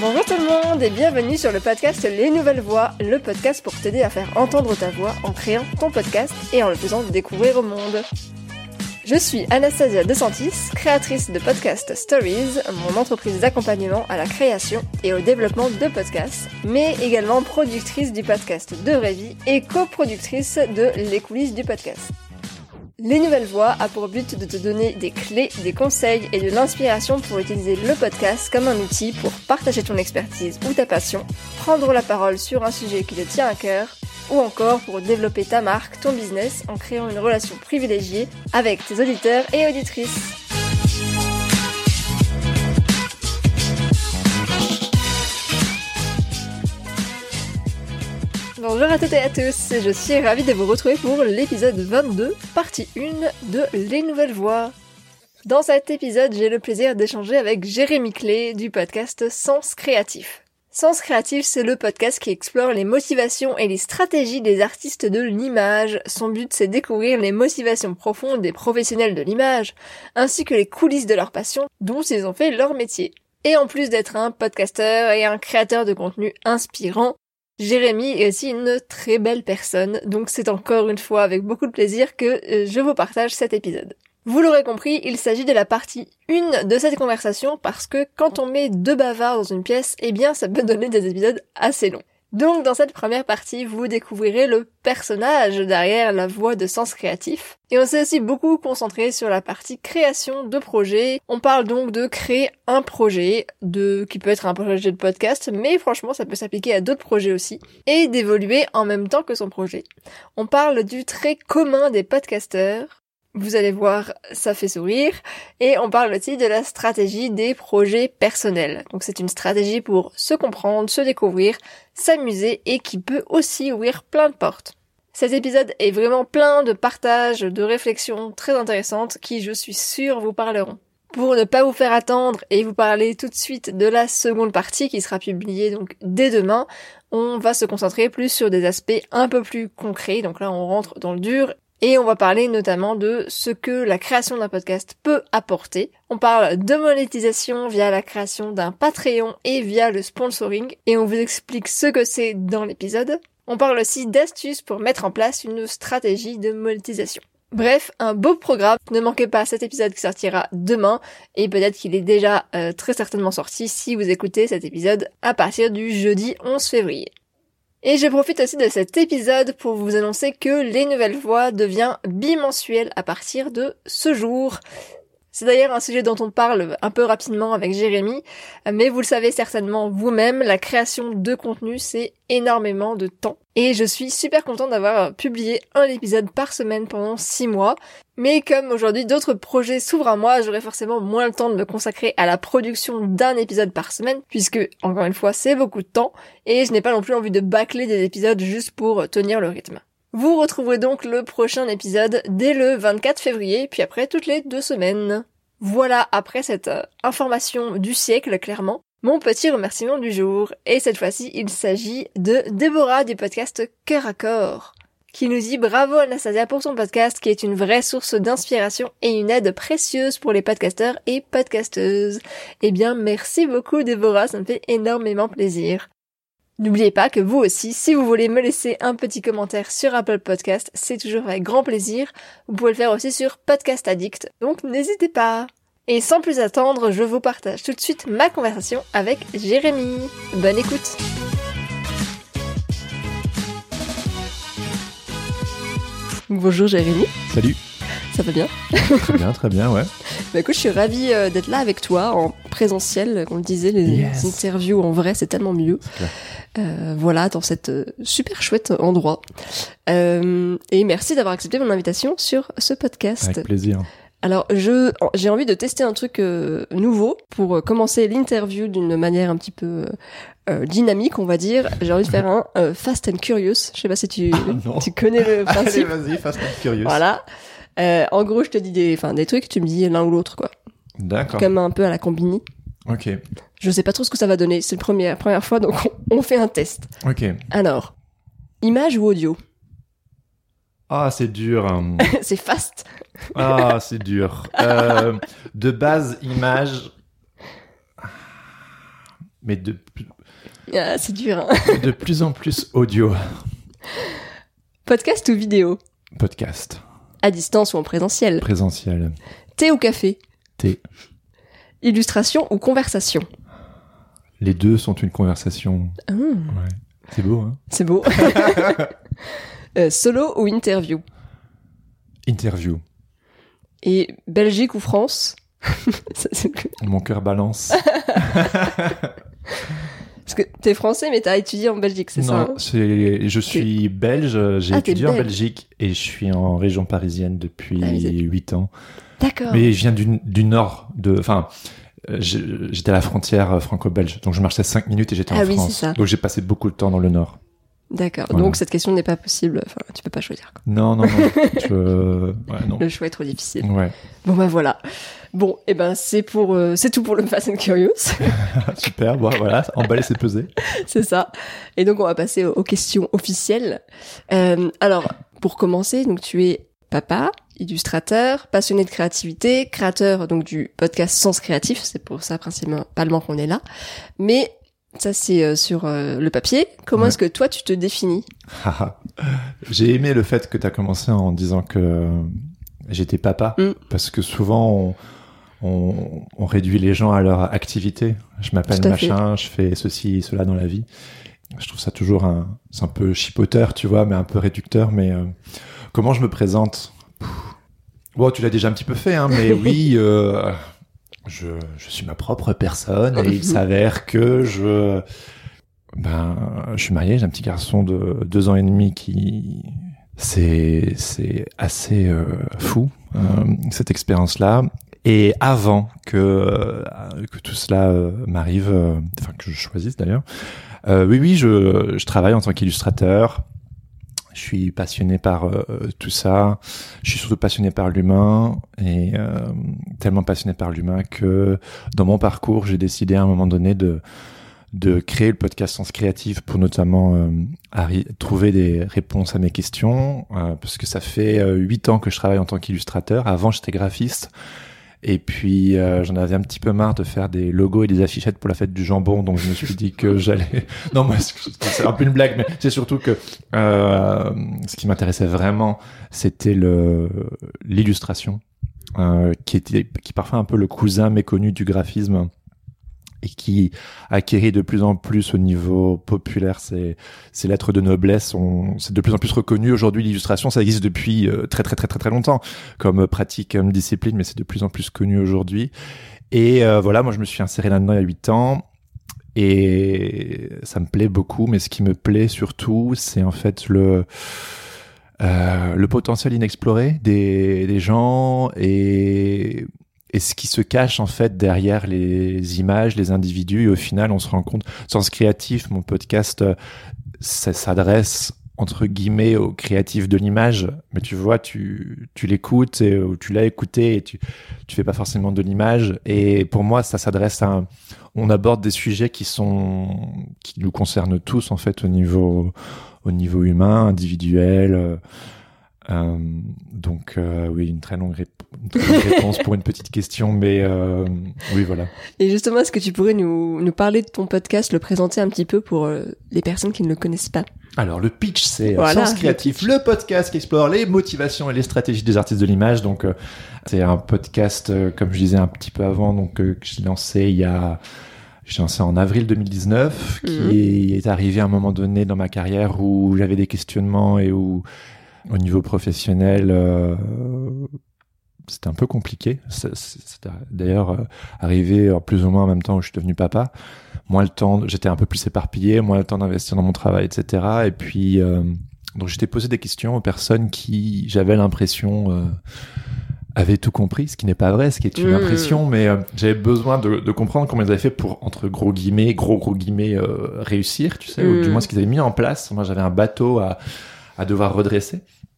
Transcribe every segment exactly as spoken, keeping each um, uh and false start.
Bonjour tout le monde et bienvenue sur le podcast Les Nouvelles Voix, le podcast pour t'aider à faire entendre ta voix en créant ton podcast et en le faisant découvrir au monde. Je suis Anastasia De Santis, créatrice de Podcast Stories, mon entreprise d'accompagnement à la création et au développement de podcasts, mais également productrice du podcast De Vraie Vie et coproductrice de Les Coulisses du podcast. Les Nouvelles Voix a pour but de te donner des clés, des conseils et de l'inspiration pour utiliser le podcast comme un outil pour partager ton expertise ou ta passion, prendre la parole sur un sujet qui te tient à cœur, ou encore pour développer ta marque, ton business en créant une relation privilégiée avec tes auditeurs et auditrices. Bonjour à toutes et à tous, je suis ravie de vous retrouver pour l'épisode vingt-deux, partie un de Les Nouvelles Voix. Dans cet épisode, j'ai le plaisir d'échanger avec Jérémy Clé du podcast Sens Créatif. Sens Créatif, c'est le podcast qui explore les motivations et les stratégies des artistes de l'image. Son but, c'est de découvrir les motivations profondes des professionnels de l'image, ainsi que les coulisses de leur passion, dont ils ont fait leur métier. Et en plus d'être un podcasteur et un créateur de contenu inspirant, Jérémy est aussi une très belle personne, donc c'est encore une fois avec beaucoup de plaisir que je vous partage cet épisode. Vous l'aurez compris, il s'agit de la partie un de cette conversation parce que quand on met deux bavards dans une pièce, eh bien ça peut donner des épisodes assez longs. Donc dans cette première partie, vous découvrirez le personnage derrière la voix de Sens Créatif. Et on s'est aussi beaucoup concentré sur la partie création de projet. On parle donc de créer un projet, de qui peut être un projet de podcast, mais franchement ça peut s'appliquer à d'autres projets aussi, et d'évoluer en même temps que son projet. On parle du trait commun des podcasteurs. Vous allez voir, ça fait sourire. Et on parle aussi de la stratégie des projets personnels. Donc c'est une stratégie pour se comprendre, se découvrir, s'amuser et qui peut aussi ouvrir plein de portes. Cet épisode est vraiment plein de partages, de réflexions très intéressantes qui, je suis sûre, vous parleront. Pour ne pas vous faire attendre et vous parler tout de suite de la seconde partie qui sera publiée donc dès demain, on va se concentrer plus sur des aspects un peu plus concrets. Donc là, on rentre dans le dur. Et on va parler notamment de ce que la création d'un podcast peut apporter. On parle de monétisation via la création d'un Patreon et via le sponsoring. Et on vous explique ce que c'est dans l'épisode. On parle aussi d'astuces pour mettre en place une stratégie de monétisation. Bref, un beau programme. Ne manquez pas cet épisode qui sortira demain. Et peut-être qu'il est déjà euh, très certainement sorti si vous écoutez cet épisode à partir du jeudi onze février. Et je profite aussi de cet épisode pour vous annoncer que Les Nouvelles Voix devient bimensuel à partir de ce jour. C'est d'ailleurs un sujet dont on parle un peu rapidement avec Jérémy, mais vous le savez certainement vous-même, la création de contenu, c'est énormément de temps. Et je suis super contente d'avoir publié un épisode par semaine pendant six mois. Mais comme aujourd'hui d'autres projets s'ouvrent à moi, j'aurai forcément moins le temps de me consacrer à la production d'un épisode par semaine, puisque, encore une fois, c'est beaucoup de temps, et je n'ai pas non plus envie de bâcler des épisodes juste pour tenir le rythme. Vous retrouverez donc le prochain épisode dès le vingt-quatre février, puis après toutes les deux semaines. Voilà, après cette euh, information du siècle, clairement, mon petit remerciement du jour. Et cette fois-ci, il s'agit de Déborah du podcast Cœur à Corps, qui nous dit bravo Anastasia pour son podcast, qui est une vraie source d'inspiration et une aide précieuse pour les podcasteurs et podcasteuses. Eh bien, merci beaucoup Déborah, ça me fait énormément plaisir. N'oubliez pas que vous aussi, si vous voulez me laisser un petit commentaire sur Apple Podcast, c'est toujours avec grand plaisir. Vous pouvez le faire aussi sur Podcast Addict, donc n'hésitez pas. Et sans plus attendre, je vous partage tout de suite ma conversation avec Jérémy. Bonne écoute. Bonjour Jérémy. Salut. Ça va bien? Très bien, très bien, ouais. Bah écoute, je suis ravie euh, d'être là avec toi en présentiel, comme on le disait, les yes. interviews en vrai, c'est tellement mieux. C'est euh, voilà, dans cet euh, super chouette endroit. Euh, et merci d'avoir accepté mon invitation sur ce podcast. Avec plaisir. Alors, je j'ai envie de tester un truc euh, nouveau pour euh, commencer l'interview d'une manière un petit peu euh, dynamique, on va dire. J'ai envie de faire un euh, Fast and Curious. Je sais pas si tu ah, tu connais le principe. Allez, vas-y, Fast and Curious. Voilà. Euh, en gros, je te dis des, enfin, des trucs, tu me dis l'un ou l'autre, quoi. D'accord. Comme un peu à la Combini. Ok. Je sais pas trop ce que ça va donner. C'est la première, première fois, donc on, on fait un test. Ok. Alors, image ou audio? Ah, c'est dur. Hein. C'est fast. Ah, c'est dur. Euh, de base, image. mais de, Ah, c'est dur. Hein. de plus en plus audio. Podcast ou vidéo? Podcast. À distance ou en présentiel? Présentiel. Thé ou café? Thé. Illustration ou conversation? Les deux sont une conversation. Mmh. Ouais. C'est beau, hein? C'est beau. euh, solo ou interview? Interview. Et Belgique ou France? Ça, c'est le... Mon cœur balance. Parce que t'es français, mais t'as étudié en Belgique, c'est non, ça hein c'est, je suis belge, j'ai ah, étudié en belge. Belgique et je suis en région parisienne depuis ah, huit ans. D'accord. Mais je viens du, du nord, de, enfin, j'étais à la frontière franco-belge, donc je marchais cinq minutes et j'étais ah, en oui, France. C'est ça. Donc j'ai passé beaucoup de temps dans le nord. D'accord. Voilà. Donc cette question n'est pas possible. Enfin, tu peux pas choisir. Quoi. Non, non, non. je... ouais, non. Le choix est trop difficile. Ouais. Bon bah voilà. Bon, et eh ben c'est pour, euh, c'est tout pour le Fast and Curious. Super. Bon, voilà, emballer c'est peser. C'est ça. Et donc on va passer aux, aux questions officielles. Euh, alors pour commencer, donc tu es papa, illustrateur, passionné de créativité, créateur donc du podcast Sens Créatif. C'est pour ça principalement qu'on est là. Mais ça, c'est euh, sur euh, le papier. Comment ouais. est-ce que toi, tu te définis? J'ai aimé le fait que tu as commencé en disant que euh, j'étais papa, mm. parce que souvent, on, on, on réduit les gens à leur activité. Je m'appelle machin, fait. je fais ceci, cela dans la vie. Je trouve ça toujours un, c'est un peu chipoteur, tu vois, mais un peu réducteur. Mais euh, comment je me présente? Bon, tu l'as déjà un petit peu fait, hein, mais oui... Euh, Je, je suis ma propre personne et il s'avère que je, ben, je suis marié, j'ai un petit garçon de deux ans et demi qui, c'est, c'est assez euh, fou euh, cette expérience-là. Et avant que euh, que tout cela euh, m'arrive, euh, enfin que je choisisse d'ailleurs, euh, oui oui, je, je travaille en tant qu'illustrateur. Je suis passionné par euh, tout ça. Je suis surtout passionné par l'humain et euh, tellement passionné par l'humain que dans mon parcours, j'ai décidé à un moment donné de de créer le podcast Sens Créatif pour notamment euh, arri- trouver des réponses à mes questions euh, parce que ça fait huit euh, ans que je travaille en tant qu'illustrateur. Avant, j'étais graphiste. Et puis euh, j'en avais un petit peu marre de faire des logos et des affichettes pour la fête du jambon, donc je me suis dit que j'allais... Non, moi, c'est un peu une blague, mais c'est surtout que euh, ce qui m'intéressait vraiment, c'était le l'illustration, euh, qui était qui est parfois un peu le cousin méconnu du graphisme et qui acquérit de plus en plus au niveau populaire ses, ses lettres de noblesse. On, c'est de plus en plus reconnu aujourd'hui. L'illustration, ça existe depuis euh, très très très très très longtemps comme pratique, comme discipline, mais c'est de plus en plus connu aujourd'hui. Et euh, voilà, moi je me suis inséré là-dedans il y a huit ans et ça me plaît beaucoup. Mais ce qui me plaît surtout, c'est en fait le euh, le potentiel inexploré des, des gens et Et ce qui se cache en fait derrière les images, les individus, et au final on se rend compte, Sens Créatif, mon podcast, ça s'adresse entre guillemets aux créatifs de l'image, mais tu vois, tu, tu l'écoutes et, ou tu l'as écouté et tu, tu fais pas forcément de l'image. Et pour moi, ça s'adresse à un, on aborde des sujets qui sont, qui nous concernent tous en fait au niveau, au niveau humain, individuel. Euh, Euh, donc euh, oui, une très longue, rép- une très longue réponse pour une petite question, mais euh, oui, voilà. Et justement, est-ce que tu pourrais nous, nous parler de ton podcast, le présenter un petit peu pour euh, les personnes qui ne le connaissent pas? Alors le pitch, c'est voilà, Sens Créatif, le, le podcast qui explore les motivations et les stratégies des artistes de l'image. Donc euh, c'est un podcast, euh, comme je disais un petit peu avant, donc euh, que j'ai lancé il y a J'ai lancé en avril deux mille dix-neuf, qui mmh. est arrivé à un moment donné dans ma carrière où j'avais des questionnements et où au niveau professionnel, euh, c'était un peu compliqué. C'est, c'est, c'est d'ailleurs euh, arrivé plus ou moins en même temps où je suis devenu papa. Moins le temps, j'étais un peu plus éparpillé, moins le temps d'investir dans mon travail, et cetera. Et puis, euh, donc j'étais posé des questions aux personnes qui, j'avais l'impression, euh, avaient tout compris, ce qui n'est pas vrai, ce qui est une mmh. impression, mais euh, j'avais besoin de, de comprendre comment ils avaient fait pour, entre gros guillemets, gros gros guillemets, euh, réussir, tu sais, mmh. ou du moins ce qu'ils avaient mis en place. Moi, j'avais un bateau à à devoir redresser.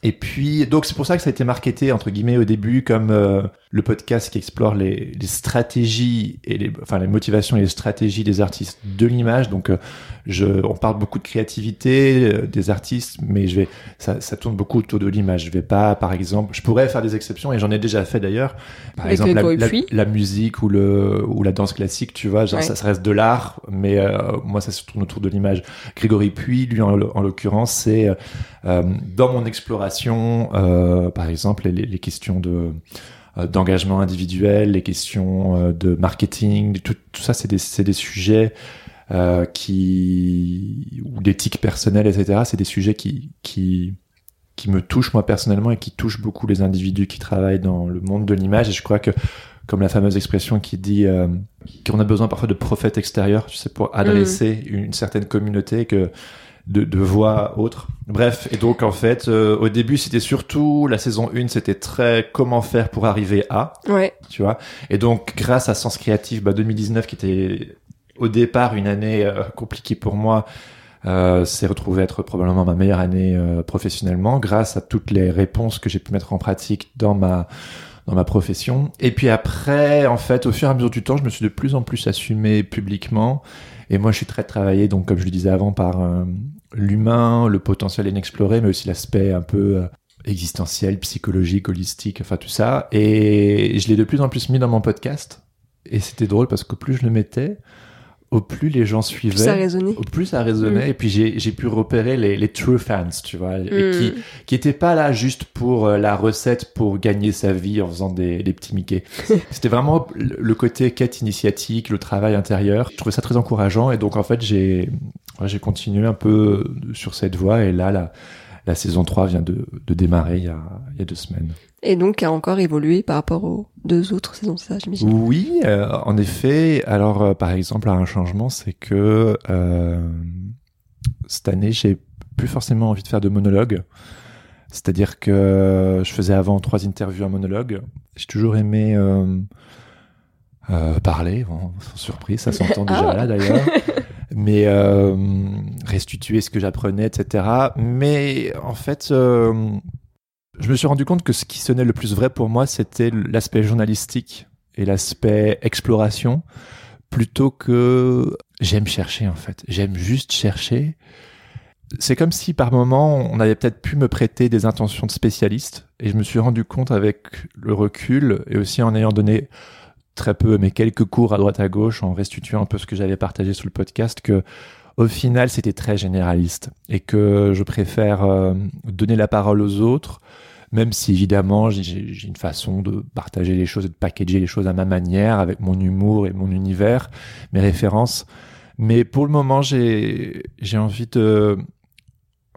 Et puis, donc c'est pour ça que ça a été marketé entre guillemets au début comme euh, le podcast qui explore les, les stratégies et les, enfin les motivations et les stratégies des artistes de l'image. Donc, euh, je, on parle beaucoup de créativité euh, des artistes, mais je vais, ça, ça tourne beaucoup autour de l'image. Je vais pas, par exemple, je pourrais faire des exceptions et j'en ai déjà fait d'ailleurs. Par Avec exemple, la, la, Puy. la musique ou le ou la danse classique, tu vois, genre ouais. ça, ça reste de l'art, mais euh, moi ça se tourne autour de l'image. Grégory Puy, lui en, en l'occurrence, c'est euh, dans mon exploration. Euh, par exemple, les, les questions de euh, d'engagement individuel, les questions euh, de marketing, tout, tout ça, c'est des, c'est des sujets euh, qui ou d'éthique personnelle, et cetera. C'est des sujets qui qui qui me touchent moi personnellement et qui touchent beaucoup les individus qui travaillent dans le monde de l'image. Et je crois que, comme la fameuse expression qui dit euh, qu'on a besoin parfois de prophètes extérieurs, tu sais, pour adresser mmh. une certaine communauté que De, de voix autres. Bref, et donc en fait, euh, au début, c'était surtout la saison un, c'était très comment faire pour arriver à, ouais. tu vois. Et donc, grâce à Sens Créatif, bah, deux mille dix-neuf, qui était au départ une année euh, compliquée pour moi, euh, s'est retrouvé être probablement ma meilleure année euh, professionnellement, grâce à toutes les réponses que j'ai pu mettre en pratique dans ma dans ma profession. Et puis après, en fait, au fur et à mesure du temps, je me suis de plus en plus assumé publiquement. Et moi, je suis très travaillé, donc comme je le disais avant, par euh, l'humain, le potentiel inexploré, mais aussi l'aspect un peu euh, existentiel, psychologique, holistique, enfin tout ça. Et je l'ai de plus en plus mis dans mon podcast. Et c'était drôle parce qu'au plus je le mettais, au plus les gens suivaient, plus ça résonnait. au plus ça résonnait. Mmh. Et puis j'ai, j'ai pu repérer les, les true fans, tu vois, mmh. et qui qui étaient pas là juste pour euh, la recette pour gagner sa vie en faisant des, des petits Mickey. C'était vraiment le côté quête initiatique, le travail intérieur. Je trouvais ça très encourageant et donc en fait j'ai ouais, j'ai continué un peu sur cette voie et là la la saison trois vient de de démarrer il y a il y a deux semaines. Et donc a encore évolué par rapport aux deux autres saisons, c'est ça, j'imagine. Oui, euh, en effet. Alors, euh, par exemple, un changement, c'est que euh, cette année, j'ai plus forcément envie de faire de monologue. C'est-à-dire que je faisais avant trois interviews en monologue. J'ai toujours aimé euh, euh, parler, bon, sans surprise, ça s'entend déjà ah. là d'ailleurs. Mais euh, restituer ce que j'apprenais, et cetera. Mais en fait... Euh, je me suis rendu compte que ce qui sonnait le plus vrai pour moi, c'était l'aspect journalistique et l'aspect exploration, plutôt que j'aime chercher en fait. J'aime juste chercher. C'est comme si par moment, on avait peut-être pu me prêter des intentions de spécialiste, et je me suis rendu compte avec le recul, et aussi en ayant donné très peu, mais quelques cours à droite à gauche, en restituant un peu ce que j'avais partagé sous le podcast, que au final, c'était très généraliste et que je préfère euh, donner la parole aux autres, même si évidemment j'ai, j'ai une façon de partager les choses et de packager les choses à ma manière, avec mon humour et mon univers, mes références. Mais pour le moment, j'ai, j'ai envie de euh,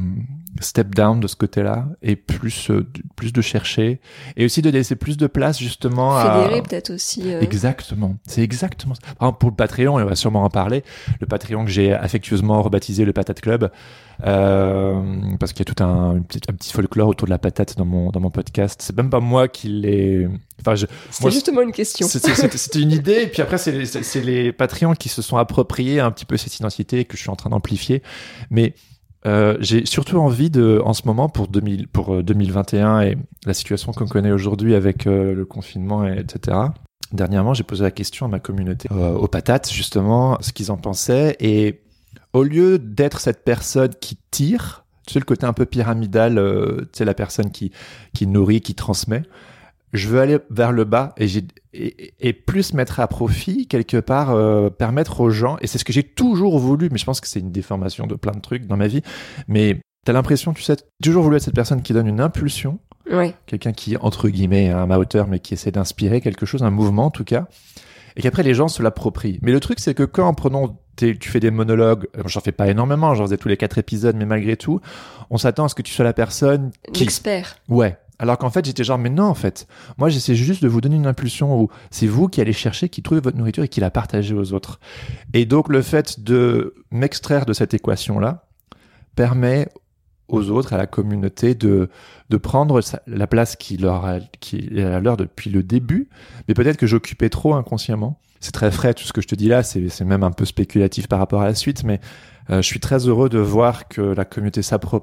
step down de ce côté-là et plus, euh, plus de chercher et aussi de laisser plus de place justement à... Fédérer peut-être aussi. Euh... Exactement, c'est exactement ça. Par exemple, pour le Patreon, et on va sûrement en parler, le Patreon que j'ai affectueusement rebaptisé le Patate Club, euh, parce qu'il y a tout un, un, petit, un petit folklore autour de la patate dans mon, dans mon podcast. C'est même pas moi qui l'ai... Enfin, je, c'était moi, justement une question. C'était, c'était, c'était une idée, et puis après, c'est les, c'est, c'est les Patreons qui se sont appropriés un petit peu cette identité que je suis en train d'amplifier. Mais Euh, j'ai surtout envie de, en ce moment, pour, deux mille, pour deux mille vingt et un et la situation qu'on connaît aujourd'hui avec euh, le confinement, et, etc. Dernièrement, j'ai posé la question à ma communauté, euh, aux patates, justement, ce qu'ils en pensaient. Et au lieu d'être cette personne qui tire, tu sais, le côté un peu pyramidal, euh, tu sais, la personne qui, qui nourrit, qui transmet, je veux aller vers le bas et, j'ai, et, et plus mettre à profit, quelque part, euh, permettre aux gens, et c'est ce que j'ai toujours voulu, mais je pense que c'est une déformation de plein de trucs dans ma vie, mais t'as l'impression, tu sais, t'as toujours voulu être cette personne qui donne une impulsion, ouais. quelqu'un qui, entre guillemets, un auteur, mais qui essaie d'inspirer quelque chose, un mouvement en tout cas, et qu'après les gens se l'approprient. Mais le truc, c'est que quand, en prenant, tu fais des monologues, j'en fais pas énormément, j'en faisais tous les quatre épisodes, mais malgré tout, on s'attend à ce que tu sois la personne qui... L'expert. Ouais. Alors qu'en fait, j'étais genre, mais non, en fait, moi, j'essaie juste de vous donner une impulsion où c'est vous qui allez chercher, qui trouvez votre nourriture et qui la partagez aux autres. Et donc, le fait de m'extraire de cette équation-là permet aux autres, à la communauté, de, de prendre la place qui leur a, qui est à leur depuis le début, mais peut-être que j'occupais trop inconsciemment. C'est très frais, tout ce que je te dis là, c'est, c'est même un peu spéculatif par rapport à la suite, mais euh, je suis très heureux de voir que la communauté s'approprie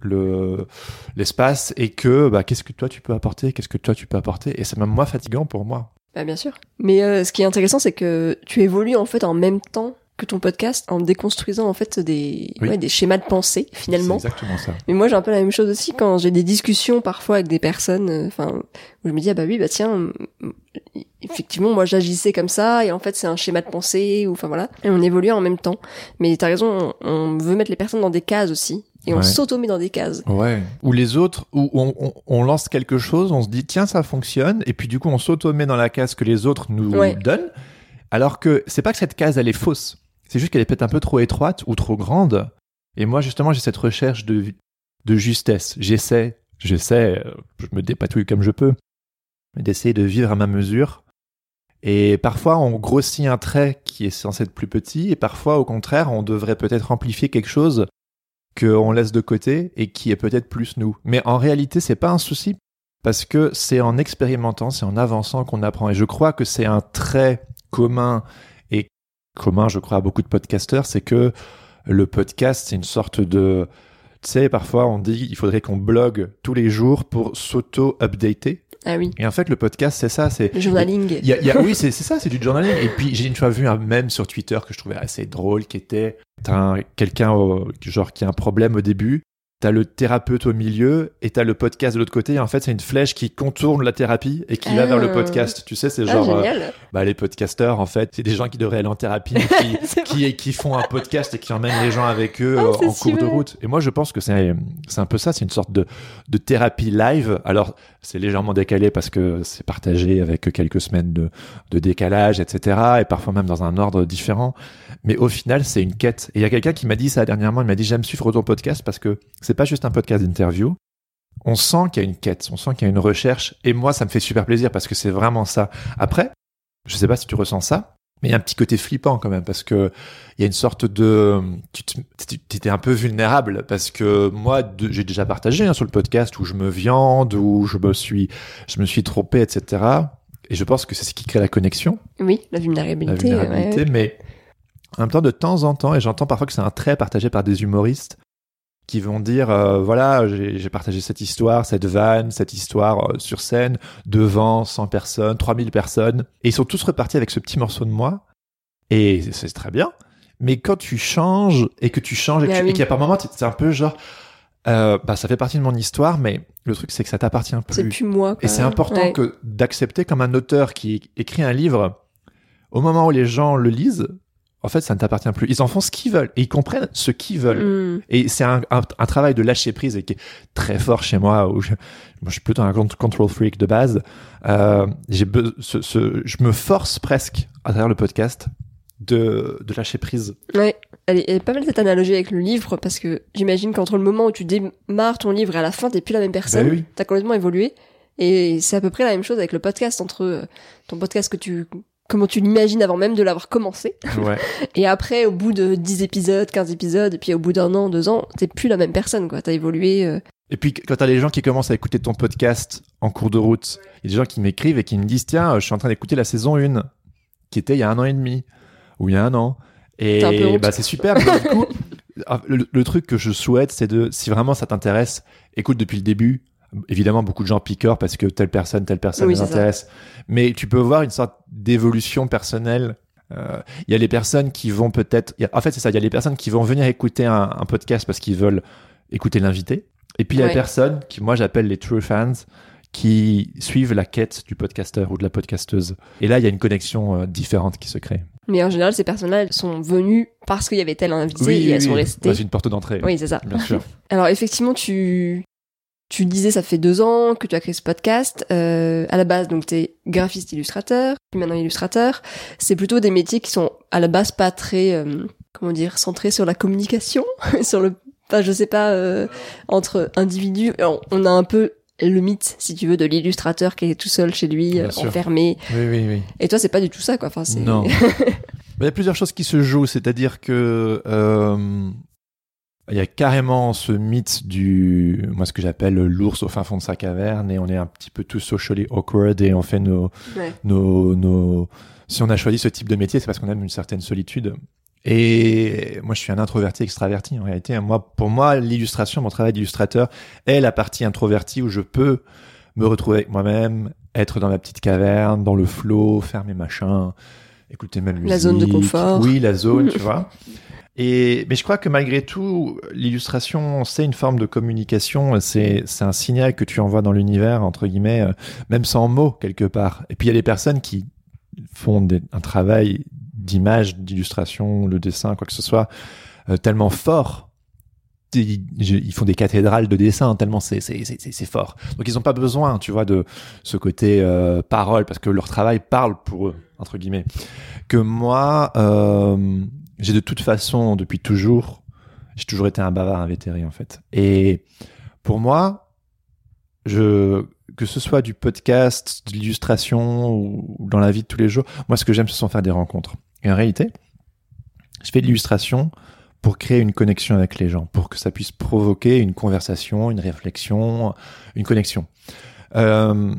le l'espace et que bah qu'est-ce que toi tu peux apporter, qu'est-ce que toi tu peux apporter, et c'est même moins fatigant pour moi. Bah bien sûr. Mais euh, ce qui est intéressant, c'est que tu évolues en fait en même temps que ton podcast, en déconstruisant en fait des oui. ouais, des schémas de pensée finalement. C'est exactement ça. Mais moi j'ai un peu la même chose aussi quand j'ai des discussions parfois avec des personnes, enfin euh, où je me dis ah bah oui bah tiens effectivement moi j'agissais comme ça et en fait c'est un schéma de pensée ou enfin voilà, et on évolue en même temps. Mais t'as raison, on, on veut mettre les personnes dans des cases aussi. Et on ouais. s'auto-met dans des cases. Ouais. Ou les autres, où on, on, on lance quelque chose, on se dit tiens ça fonctionne, et puis du coup on s'auto-met dans la case que les autres nous ouais. donnent, alors que c'est pas que cette case elle est fausse, c'est juste qu'elle est peut-être un peu trop étroite ou trop grande. Et moi justement j'ai cette recherche de de justesse. J'essaie, j'essaie, je me dépatouille comme je peux, mais d'essayer de vivre à ma mesure. Et parfois on grossit un trait qui est censé être plus petit, et parfois au contraire on devrait peut-être amplifier quelque chose qu'on laisse de côté et qui est peut-être plus nous. Mais en réalité, c'est pas un souci parce que c'est en expérimentant, c'est en avançant qu'on apprend. Et je crois que c'est un trait commun et commun, je crois, à beaucoup de podcasteurs, c'est que le podcast, c'est une sorte de... Tu sais, parfois, on dit qu'il faudrait qu'on blogue tous les jours pour s'auto-updater. Ah oui. Et en fait, le podcast, c'est ça. C'est le journaling. Il y a, il y a, oui, c'est, c'est ça, c'est du journaling. Et puis, j'ai une fois vu un mème sur Twitter que je trouvais assez drôle, qui était t'as un, quelqu'un au, genre qui a un problème au début, t'as le thérapeute au milieu et t'as le podcast de l'autre côté. Et en fait, c'est une flèche qui contourne la thérapie et qui ah. va vers le podcast. Tu sais, c'est genre ah, euh, bah, les podcasteurs, en fait, c'est des gens qui devraient aller en thérapie, qui, qui, qui font un podcast et qui emmènent les gens avec eux ah, en cours de route. Et moi, je pense que c'est, c'est un peu ça, c'est une sorte de, de thérapie live. Alors, c'est légèrement décalé parce que c'est partagé avec quelques semaines de, de décalage, et cetera. Et parfois même dans un ordre différent. Mais au final, c'est une quête. Et il y a quelqu'un qui m'a dit ça dernièrement, il m'a dit j'aime suivre ton podcast parce que c'est pas juste un podcast d'interview. On sent qu'il y a une quête, on sent qu'il y a une recherche. Et moi, ça me fait super plaisir parce que c'est vraiment ça. Après, je sais pas si tu ressens ça, mais il y a un petit côté flippant quand même parce que il y a une sorte de, tu t'es un peu vulnérable parce que moi, de, j'ai déjà partagé hein, sur le podcast où je me viande, où je me suis, je me suis trompé, et cetera. Et je pense que c'est ce qui crée la connexion. Oui, la vulnérabilité. La vulnérabilité, ouais. Mais en même temps, de temps en temps, et j'entends parfois que c'est un trait partagé par des humoristes qui vont dire, euh, voilà, j'ai, j'ai partagé cette histoire, cette vanne, cette histoire euh, sur scène, devant cent personnes, trois mille personnes, et ils sont tous repartis avec ce petit morceau de moi, et c'est, c'est très bien, mais quand tu changes, et que tu changes, et, que tu, oui. et qu'il y a par moments, c'est un peu genre, euh, bah, ça fait partie de mon histoire, mais le truc, c'est que ça t'appartient plus. C'est plus moi, quoi. Et c'est important ouais. que d'accepter comme un auteur qui écrit un livre, au moment où les gens le lisent, en fait, ça ne t'appartient plus. Ils en font ce qu'ils veulent et ils comprennent ce qu'ils veulent. Mm. Et c'est un, un, un travail de lâcher prise et qui est très fort chez moi. Où je, moi, je suis plutôt un control freak de base. Euh, j'ai be- ce, ce, je me force presque à travers le podcast de, de lâcher prise. Ouais, elle est, elle est pas mal cette analogie avec le livre parce que j'imagine qu'entre le moment où tu démarres ton livre et à la fin, t'es plus la même personne. Ben oui. T'as complètement évolué. Et c'est à peu près la même chose avec le podcast, entre ton podcast que tu comment tu l'imagines avant même de l'avoir commencé. Ouais. Et après, au bout de dix épisodes, quinze épisodes, et puis au bout d'un an, deux ans, t'es plus la même personne, quoi. T'as évolué. Euh... Et puis, quand t'as les gens qui commencent à écouter ton podcast en cours de route, il y a des gens qui m'écrivent et qui me disent, tiens, je suis en train d'écouter la saison un, qui était il y a un an et demi, ou il y a un an. Et bah, c'est super. Mais du coup, le, le truc que je souhaite, c'est de, si vraiment ça t'intéresse, écoute depuis le début. Évidemment, beaucoup de gens picorent parce que telle personne, telle personne oui, les intéresse. Ça. Mais tu peux voir une sorte d'évolution personnelle. Il euh, y a les personnes qui vont peut-être... Y a, en fait, c'est ça. Il y a les personnes qui vont venir écouter un, un podcast parce qu'ils veulent écouter l'invité. Et puis, il y a les personnes qui, moi, j'appelle les true fans, qui suivent la quête du podcasteur ou de la podcasteuse. Et là, il y a une connexion euh, différente qui se crée. Mais en général, ces personnes-là, elles sont venues parce qu'il y avait tel invité oui, et oui, elles oui. sont restées... Ouais, c'est une porte d'entrée. Oui, c'est ça. Bien sûr. Alors, effectivement, tu... Tu disais, ça fait deux ans que tu as créé ce podcast. Euh, à la base, donc, t'es graphiste illustrateur, puis maintenant illustrateur. C'est plutôt des métiers qui sont, à la base, pas très, euh, comment dire, centrés sur la communication, sur le, enfin, je sais pas, euh, entre individus. On, on a un peu le mythe, si tu veux, de l'illustrateur qui est tout seul chez lui, euh, enfermé. Oui, oui, oui. Et toi, c'est pas du tout ça, quoi. Enfin, c'est... Non. Il y a plusieurs choses qui se jouent, c'est-à-dire que, euh, il y a carrément ce mythe du, moi, ce que j'appelle l'ours au fin fond de sa caverne, et on est un petit peu tous socially awkward et on fait nos, ouais. nos, nos, si on a choisi ce type de métier, c'est parce qu'on aime une certaine solitude. Et moi, je suis un introverti extraverti en réalité. Moi, pour moi, l'illustration, mon travail d'illustrateur est la partie introvertie où je peux me retrouver avec moi-même, être dans ma petite caverne, dans le flow, faire mes machins, écouter ma musique. La zone de confort. Oui, la zone, tu vois. Et mais je crois que malgré tout, l'illustration, c'est une forme de communication. C'est c'est un signal que tu envoies dans l'univers entre guillemets, euh, même sans mots quelque part. Et puis il y a des personnes qui font des, un travail d'image, d'illustration, le dessin, quoi que ce soit, euh, tellement fort. Ils, ils font des cathédrales de dessin tellement c'est c'est c'est c'est fort. Donc ils ont pas besoin, tu vois, de ce côté euh, parole parce que leur travail parle pour eux entre guillemets. Que moi. Euh, J'ai de toute façon, depuis toujours, j'ai toujours été un bavard invétéré en fait. Et pour moi, je, que ce soit du podcast, de l'illustration ou dans la vie de tous les jours, moi ce que j'aime ce sont faire des rencontres. Et en réalité, je fais de l'illustration pour créer une connexion avec les gens, pour que ça puisse provoquer une conversation, une réflexion, une connexion. Euh,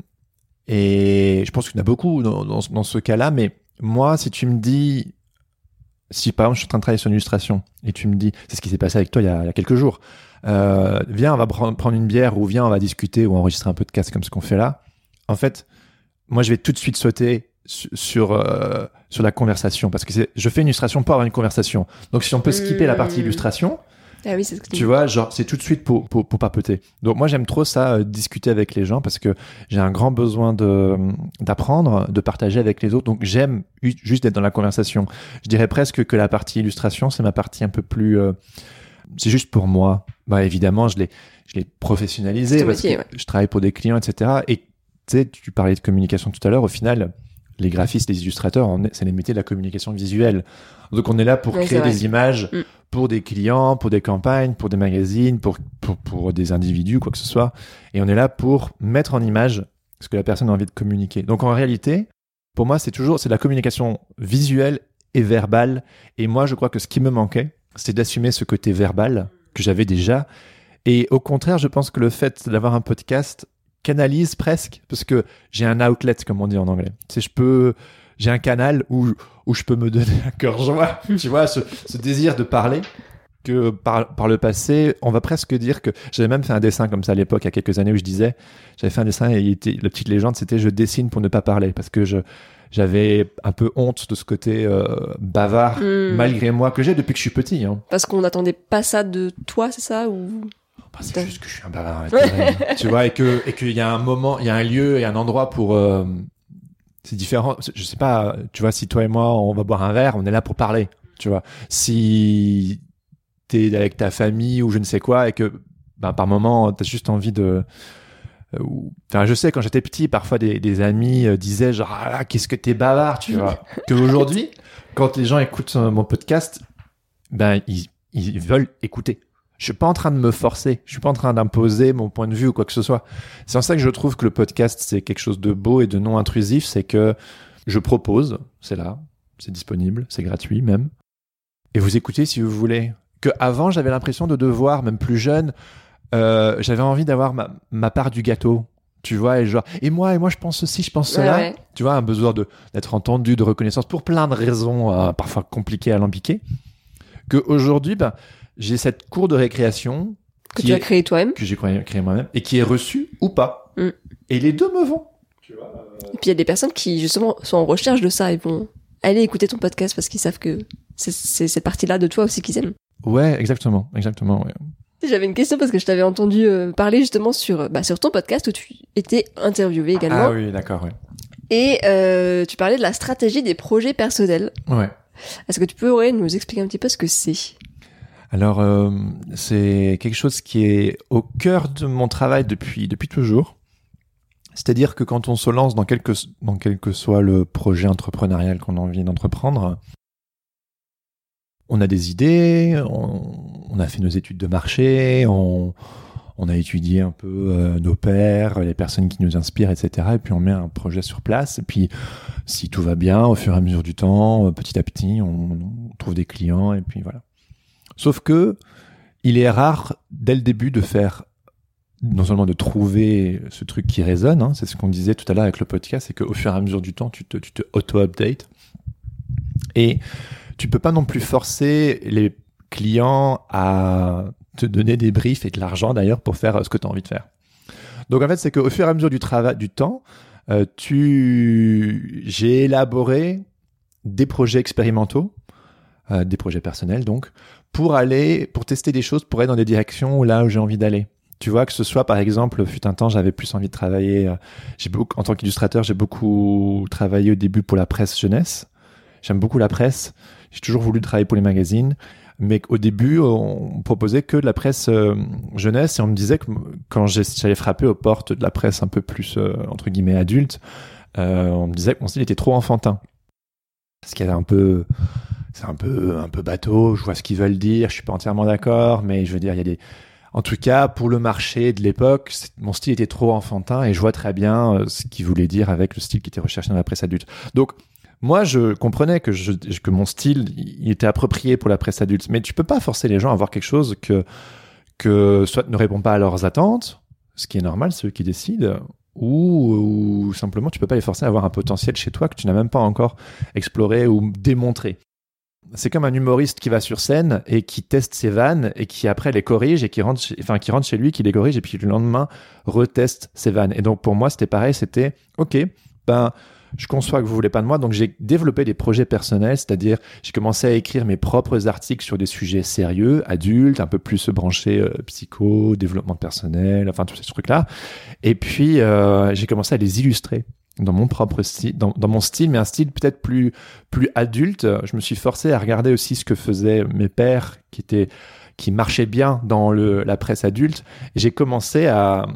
et je pense qu'il y en a beaucoup dans, dans, dans ce cas-là, mais moi, si tu me dis... Si par exemple je suis en train de travailler sur une illustration et tu me dis, c'est ce qui s'est passé avec toi il y a, il y a quelques jours, euh, viens on va prendre une bière ou viens on va discuter ou enregistrer un podcast comme ce qu'on fait là. En fait, moi je vais tout de suite sauter sur sur, euh, sur la conversation parce que c'est, je fais une illustration pour avoir une conversation. Donc si on peut skipper mmh. la partie illustration, ah oui, c'est ce que tu, tu vois, genre c'est tout de suite pour pour pour papoter. Donc moi j'aime trop ça, euh, discuter avec les gens parce que j'ai un grand besoin de d'apprendre, de partager avec les autres. Donc j'aime u- juste d'être dans la conversation. Je dirais presque que la partie illustration c'est ma partie un peu plus, euh, c'est juste pour moi. Bah évidemment je l'ai je l'ai professionnalisé parce métier, que ouais. je travaille pour des clients, et cetera. Et tu sais, tu parlais de communication tout à l'heure. Au final, les graphistes, les illustrateurs, on est, c'est les métiers de la communication visuelle. Donc on est là pour ouais, créer des images mm. pour des clients, pour des campagnes, pour des magazines, pour, pour, pour des individus, quoi que ce soit. Et on est là pour mettre en image ce que la personne a envie de communiquer. Donc en réalité, pour moi, c'est toujours c'est de la communication visuelle et verbale. Et moi, je crois que ce qui me manquait, c'était d'assumer ce côté verbal que j'avais déjà. Et au contraire, je pense que le fait d'avoir un podcast canalise presque, parce que j'ai un outlet, comme on dit en anglais. Tu sais, je peux... J'ai un canal où, où je peux me donner un cœur joie, tu vois, ce, ce désir de parler, que par, par le passé, on va presque dire que... J'avais même fait un dessin comme ça à l'époque, il y a quelques années, où je disais... J'avais fait un dessin et il était, la petite légende, c'était « Je dessine pour ne pas parler », parce que je, j'avais un peu honte de ce côté euh, bavard, mmh. malgré moi, que j'ai depuis que je suis petit. Hein. Parce qu'on n'attendait pas ça de toi, c'est ça ou... Bah, c'est T'as... juste que je suis un bavard, tu vois, et que et qu'il y a un moment, il y a un lieu et un endroit pour... Euh, c'est différent. Je sais pas, tu vois, si toi et moi, on va boire un verre, on est là pour parler, tu vois. Si t'es avec ta famille ou je ne sais quoi et que, bah, par moment, t'as juste envie de... Enfin, je sais, quand j'étais petit, parfois des, des amis euh, disaient genre, ah là, qu'est-ce que t'es bavard, tu vois. Qu'aujourd'hui, quand les gens écoutent euh, mon podcast, ben, ils, ils veulent écouter. Je suis pas en train de me forcer, je suis pas en train d'imposer mon point de vue ou quoi que ce soit. C'est en ça que je trouve que le podcast, c'est quelque chose de beau et de non intrusif, c'est que je propose, c'est là, c'est disponible, c'est gratuit même, et vous écoutez si vous voulez. Que avant, j'avais l'impression de devoir, même plus jeune, euh, j'avais envie d'avoir ma, ma part du gâteau, tu vois, et genre, et moi, et moi, je pense ceci, je pense cela, ouais, ouais. Tu vois, un besoin de d'être entendu, de reconnaissance pour plein de raisons, euh, parfois compliquées, alambiquées, que aujourd'hui, ben, j'ai cette cour de récréation que tu as créé toi-même, que j'ai créé, créé moi-même et qui est reçue ou pas. Mm. Et les deux me vont. Tu vois, euh... Et puis il y a des personnes qui justement sont en recherche de ça et vont aller écouter ton podcast parce qu'ils savent que c'est, c'est cette partie-là de toi aussi qu'ils aiment. Ouais, exactement, exactement. Ouais. J'avais une question parce que je t'avais entendu euh, parler justement sur bah, sur ton podcast où tu étais interviewé également. Ah oui, d'accord, ouais. Et euh, tu parlais de la stratégie des projets personnels. Ouais. Est-ce que tu pourrais nous expliquer un petit peu ce que c'est ? Alors, euh, c'est quelque chose qui est au cœur de mon travail depuis, depuis toujours. C'est-à-dire que quand on se lance dans quel que, dans quel que soit le projet entrepreneurial qu'on a envie d'entreprendre, on a des idées, on, on a fait nos études de marché, on, on a étudié un peu euh, nos pairs, les personnes qui nous inspirent, et cetera. Et puis on met un projet sur place. Et puis, si tout va bien, au fur et à mesure du temps, petit à petit, on, on trouve des clients et puis voilà. Sauf que il est rare dès le début de faire, non seulement de trouver ce truc qui résonne, hein, c'est ce qu'on disait tout à l'heure avec le podcast, c'est qu'au fur et à mesure du temps, tu te, tu te auto-updates et tu tu peux pas non plus forcer les clients à te donner des briefs et de l'argent d'ailleurs pour faire ce que tu as envie de faire. Donc en fait, c'est qu'au fur et à mesure du travail, du temps, euh, tu... j'ai élaboré des projets expérimentaux, euh, des projets personnels donc, pour aller, pour tester des choses, pour aller dans des directions là où j'ai envie d'aller. Tu vois, que ce soit par exemple, fut un temps, j'avais plus envie de travailler, euh, j'ai beaucoup, en tant qu'illustrateur, j'ai beaucoup travaillé au début pour la presse jeunesse. J'aime beaucoup la presse, j'ai toujours voulu travailler pour les magazines. Mais au début, on proposait que de la presse euh, jeunesse et on me disait que quand j'allais frapper aux portes de la presse un peu plus, euh, entre guillemets, adulte, euh, on me disait que mon style était trop enfantin. Parce qu'il y avait un peu, c'est un peu, un peu bateau, je vois ce qu'ils veulent dire, je suis pas entièrement d'accord, mais je veux dire, il y a des, en tout cas, pour le marché de l'époque, mon style était trop enfantin et je vois très bien euh, ce qu'ils voulaient dire avec le style qui était recherché dans la presse adulte. Donc, moi, je comprenais que, je, que mon style il était approprié pour la presse adulte, mais tu peux pas forcer les gens à voir quelque chose que, que soit ne répond pas à leurs attentes, ce qui est normal, c'est eux qui décident, ou, ou simplement tu peux pas les forcer à avoir un potentiel chez toi que tu n'as même pas encore exploré ou démontré. C'est comme un humoriste qui va sur scène et qui teste ses vannes et qui après les corrige et qui rentre chez, enfin, qui rentre chez lui, qui les corrige et puis le lendemain reteste ses vannes. Et donc pour moi, c'était pareil, c'était ok, ben je conçois que vous voulez pas de moi, donc j'ai développé des projets personnels, c'est-à-dire j'ai commencé à écrire mes propres articles sur des sujets sérieux, adultes, un peu plus branchés euh, psycho, développement personnel, enfin tous ces trucs-là. Et puis euh, j'ai commencé à les illustrer dans mon propre style, dans, dans mon style, mais un style peut-être plus plus adulte. Je me suis forcé à regarder aussi ce que faisaient mes pairs, qui étaient qui marchaient bien dans le la presse adulte. Et j'ai commencé à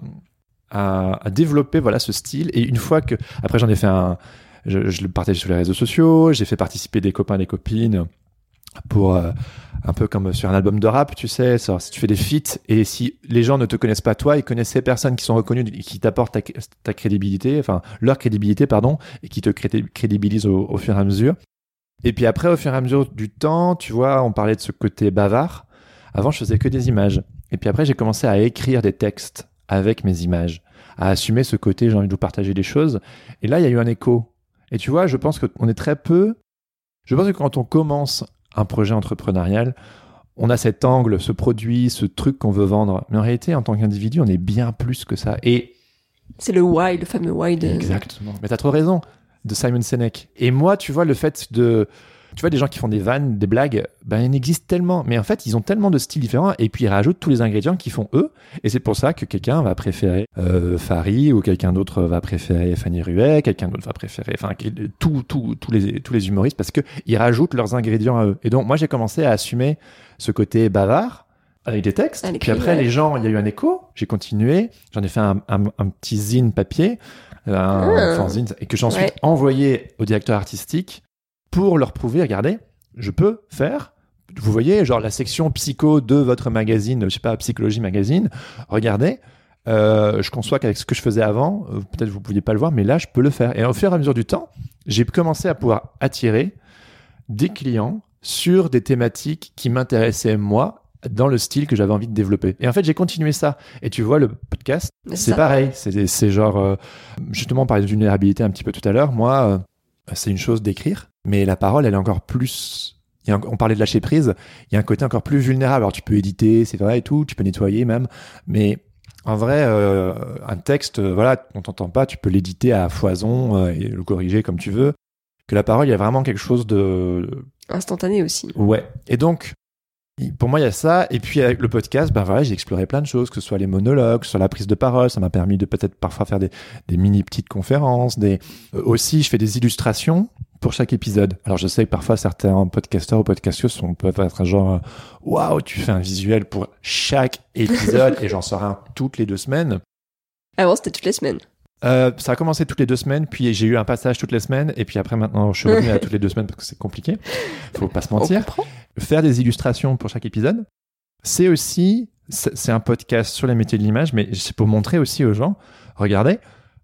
À, à développer voilà ce style, et une fois que après j'en ai fait un je, je le partage sur les réseaux sociaux, j'ai fait participer des copains des copines pour euh, un peu comme sur un album de rap, tu sais, ça, si tu fais des feats et si les gens ne te connaissent pas toi, ils connaissent ces personnes qui sont reconnues et qui t'apportent ta, ta crédibilité, enfin leur crédibilité pardon, et qui te crédibilisent au, au fur et à mesure. Et puis après au fur et à mesure du temps, tu vois, on parlait de ce côté bavard. Avant je faisais que des images, et puis après j'ai commencé à écrire des textes avec mes images, à assumer ce côté, j'ai envie de vous partager des choses. Et là, il y a eu un écho. Et tu vois, je pense qu'on est très peu... Je pense que quand on commence un projet entrepreneurial, on a cet angle, ce produit, ce truc qu'on veut vendre. Mais en réalité, en tant qu'individu, on est bien plus que ça. Et... c'est le why, le fameux why de... Exactement. Mais t'as trop raison, de Simon Sinek. Et moi, tu vois, le fait de... Tu vois, des gens qui font des vannes, des blagues, ben, il existe tellement. Mais en fait, ils ont tellement de styles différents et puis ils rajoutent tous les ingrédients qu'ils font eux. Et c'est pour ça que quelqu'un va préférer euh, Fari, ou quelqu'un d'autre va préférer Fanny Ruet, quelqu'un d'autre va préférer, enfin, tous tout, tout les, tous les humoristes, parce qu'ils rajoutent leurs ingrédients à eux. Et donc, moi, j'ai commencé à assumer ce côté bavard avec des textes. Écrit, puis après, ouais. Les gens, il y a eu un écho. J'ai continué. J'en ai fait un, un, un petit zine papier, un ah. fanzine, et que j'ai ensuite ouais. envoyé au directeur artistique pour leur prouver, regardez, je peux faire, vous voyez, genre la section psycho de votre magazine, je sais pas, Psychologie Magazine, regardez, euh, je conçois qu'avec ce que je faisais avant, euh, peut-être vous ne pouviez pas le voir, mais là, je peux le faire. Et au fur et à mesure du temps, j'ai commencé à pouvoir attirer des clients sur des thématiques qui m'intéressaient moi, dans le style que j'avais envie de développer. Et en fait, j'ai continué ça. Et tu vois, le podcast, c'est, c'est pareil. C'est, c'est genre, euh, justement, on parlait de vulnérabilité un petit peu tout à l'heure. Moi, euh, c'est une chose d'écrire, mais la parole, elle est encore plus... Il y a un... On parlait de lâcher prise, il y a un côté encore plus vulnérable. Alors, tu peux éditer, c'est vrai et tout, tu peux nettoyer même, mais en vrai, euh, un texte, euh, voilà, on t'entend pas, tu peux l'éditer à foison euh, et le corriger comme tu veux. Que la parole, il y a vraiment quelque chose de... instantané aussi. Ouais. Et donc, pour moi, il y a ça. Et puis, avec le podcast, ben voilà, j'ai exploré plein de choses, que ce soit les monologues, sur la prise de parole. Ça m'a permis de peut-être parfois faire des, des mini petites conférences. Des... Euh, aussi, je fais des illustrations pour chaque épisode. Alors, je sais que parfois, certains podcasteurs ou podcasteuses sont, peuvent être genre, waouh, tu fais un visuel pour chaque épisode et j'en sors un toutes les deux semaines. Avant, c'était toutes les semaines. Euh, ça a commencé toutes les deux semaines, puis j'ai eu un passage toutes les semaines, et puis après maintenant je suis revenu à toutes les deux semaines parce que c'est compliqué, faut pas se mentir. Faire des illustrations pour chaque épisode, c'est aussi, c'est un podcast sur les métiers de l'image, mais c'est pour montrer aussi aux gens, regardez,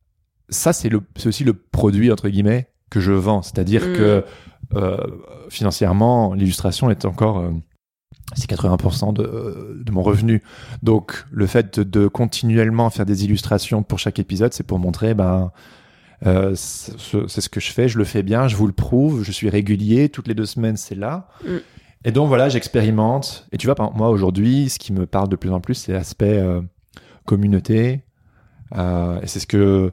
ça c'est, le, c'est aussi le produit entre guillemets que je vends, c'est-à-dire mmh. que euh, financièrement l'illustration est encore... Euh, c'est quatre-vingts pour cent de, de mon revenu. Donc, le fait de, de continuellement faire des illustrations pour chaque épisode, c'est pour montrer ben, Euh, c'est, c'est ce que je fais, je le fais bien, je vous le prouve, je suis régulier, toutes les deux semaines, c'est là. Mm. Et donc, voilà, j'expérimente. Et tu vois, par exemple, moi, aujourd'hui, ce qui me parle de plus en plus, c'est l'aspect euh, communauté. Euh, et c'est ce que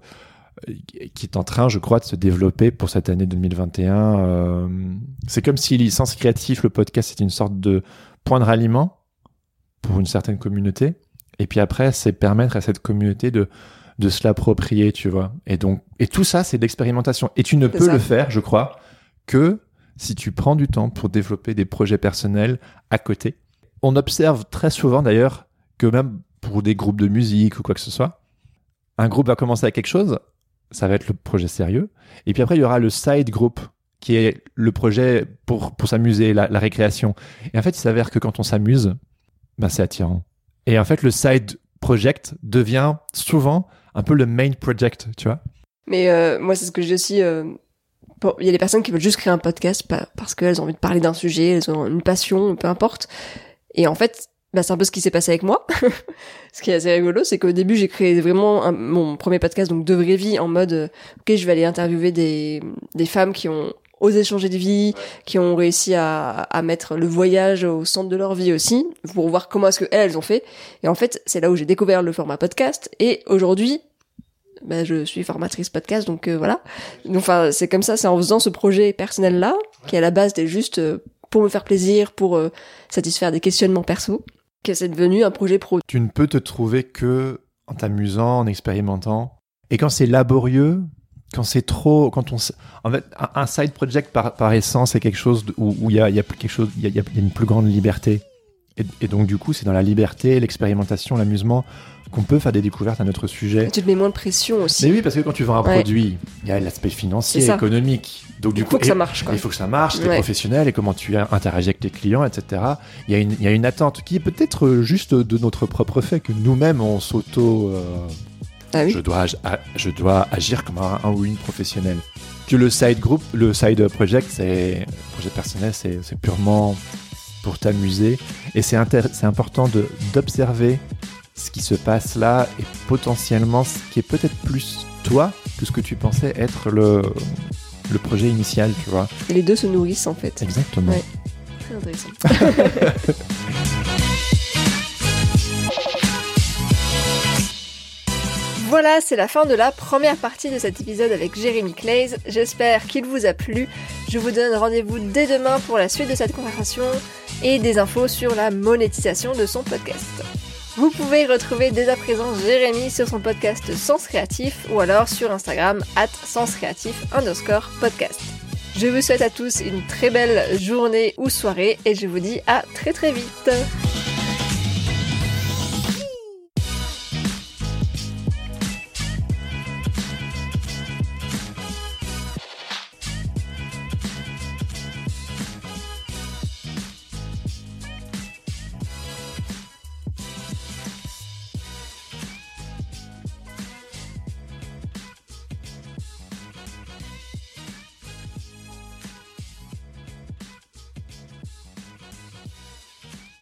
qui est en train, je crois, de se développer pour cette année deux mille vingt et un. Euh, c'est comme si Licence Créatif, le podcast, c'était une sorte de point de ralliement pour une certaine communauté. Et puis après, c'est permettre à cette communauté de, de se l'approprier, tu vois. Et donc, et tout ça, c'est de l'expérimentation. Et tu ne c'est peux ça. le faire, je crois, que si tu prends du temps pour développer des projets personnels à côté. On observe très souvent, d'ailleurs, que même pour des groupes de musique ou quoi que ce soit, un groupe va commencer à quelque chose, ça va être le projet sérieux. Et puis après, il y aura le side group, qui est le projet pour, pour s'amuser, la, la récréation. Et en fait, il s'avère que quand on s'amuse, ben, c'est attirant. Et en fait, le side project devient souvent un peu le main project, tu vois. Mais euh, moi, c'est ce que je dis aussi. Euh, bon, il y a des personnes qui veulent juste créer un podcast parce qu'elles ont envie de parler d'un sujet, elles ont une passion, peu importe. Et en fait, bah, c'est un peu ce qui s'est passé avec moi. Ce qui est assez rigolo, c'est qu'au début, j'ai créé vraiment un, mon premier podcast, donc de vraie vie, en mode, euh, ok, je vais aller interviewer des, des femmes qui ont osé changer de vie, qui ont réussi à, à mettre le voyage au centre de leur vie aussi, pour voir comment est-ce que elles, elles ont fait. Et en fait, c'est là où j'ai découvert le format podcast. Et aujourd'hui, bah, je suis formatrice podcast, donc euh, voilà. Donc, enfin, c'est comme ça, c'est en faisant ce projet personnel-là, qui à la base était juste euh, pour me faire plaisir, pour euh, satisfaire des questionnements perso, que c'est devenu un projet pro. Tu ne peux te trouver que en t'amusant, en expérimentant. Et quand c'est laborieux, quand c'est trop, quand on, en fait, un, un side project par, par essence, c'est quelque chose où il y a, il y a quelque chose, il y a, il y a une plus grande liberté. Et, et donc du coup, c'est dans la liberté, l'expérimentation, l'amusement qu'on peut faire des découvertes à notre sujet. Et tu te mets moins de pression aussi. Mais oui, parce que quand tu vends un ouais. produit, il y a l'aspect financier, économique. Donc du il faut coup, que ça marche. Quoi. Il faut que ça marche, t'es ouais. professionnel et comment tu interagis avec tes clients, et cetera. Il y a une, il y a une attente qui est peut-être juste de notre propre fait que nous-mêmes on s'auto. Euh, ah oui. Je dois, je dois agir comme un, un ou une professionnelle. Que le side group, le side project, c'est projet personnel, c'est, c'est purement pour t'amuser et c'est, inter- c'est important de d'observer ce qui se passe là et potentiellement ce qui est peut-être plus toi que ce que tu pensais être le le projet initial, tu vois. Et les deux se nourrissent en fait. Exactement. Ouais. Très intéressant. Voilà, c'est la fin de la première partie de cet épisode avec Jérémy Claeys. J'espère qu'il vous a plu. Je vous donne rendez-vous dès demain pour la suite de cette conversation et des infos sur la monétisation de son podcast. Vous pouvez retrouver dès à présent Jérémy sur son podcast Sens Créatif ou alors sur Instagram at senscreatif underscore podcast. Je vous souhaite à tous une très belle journée ou soirée et je vous dis à très très vite.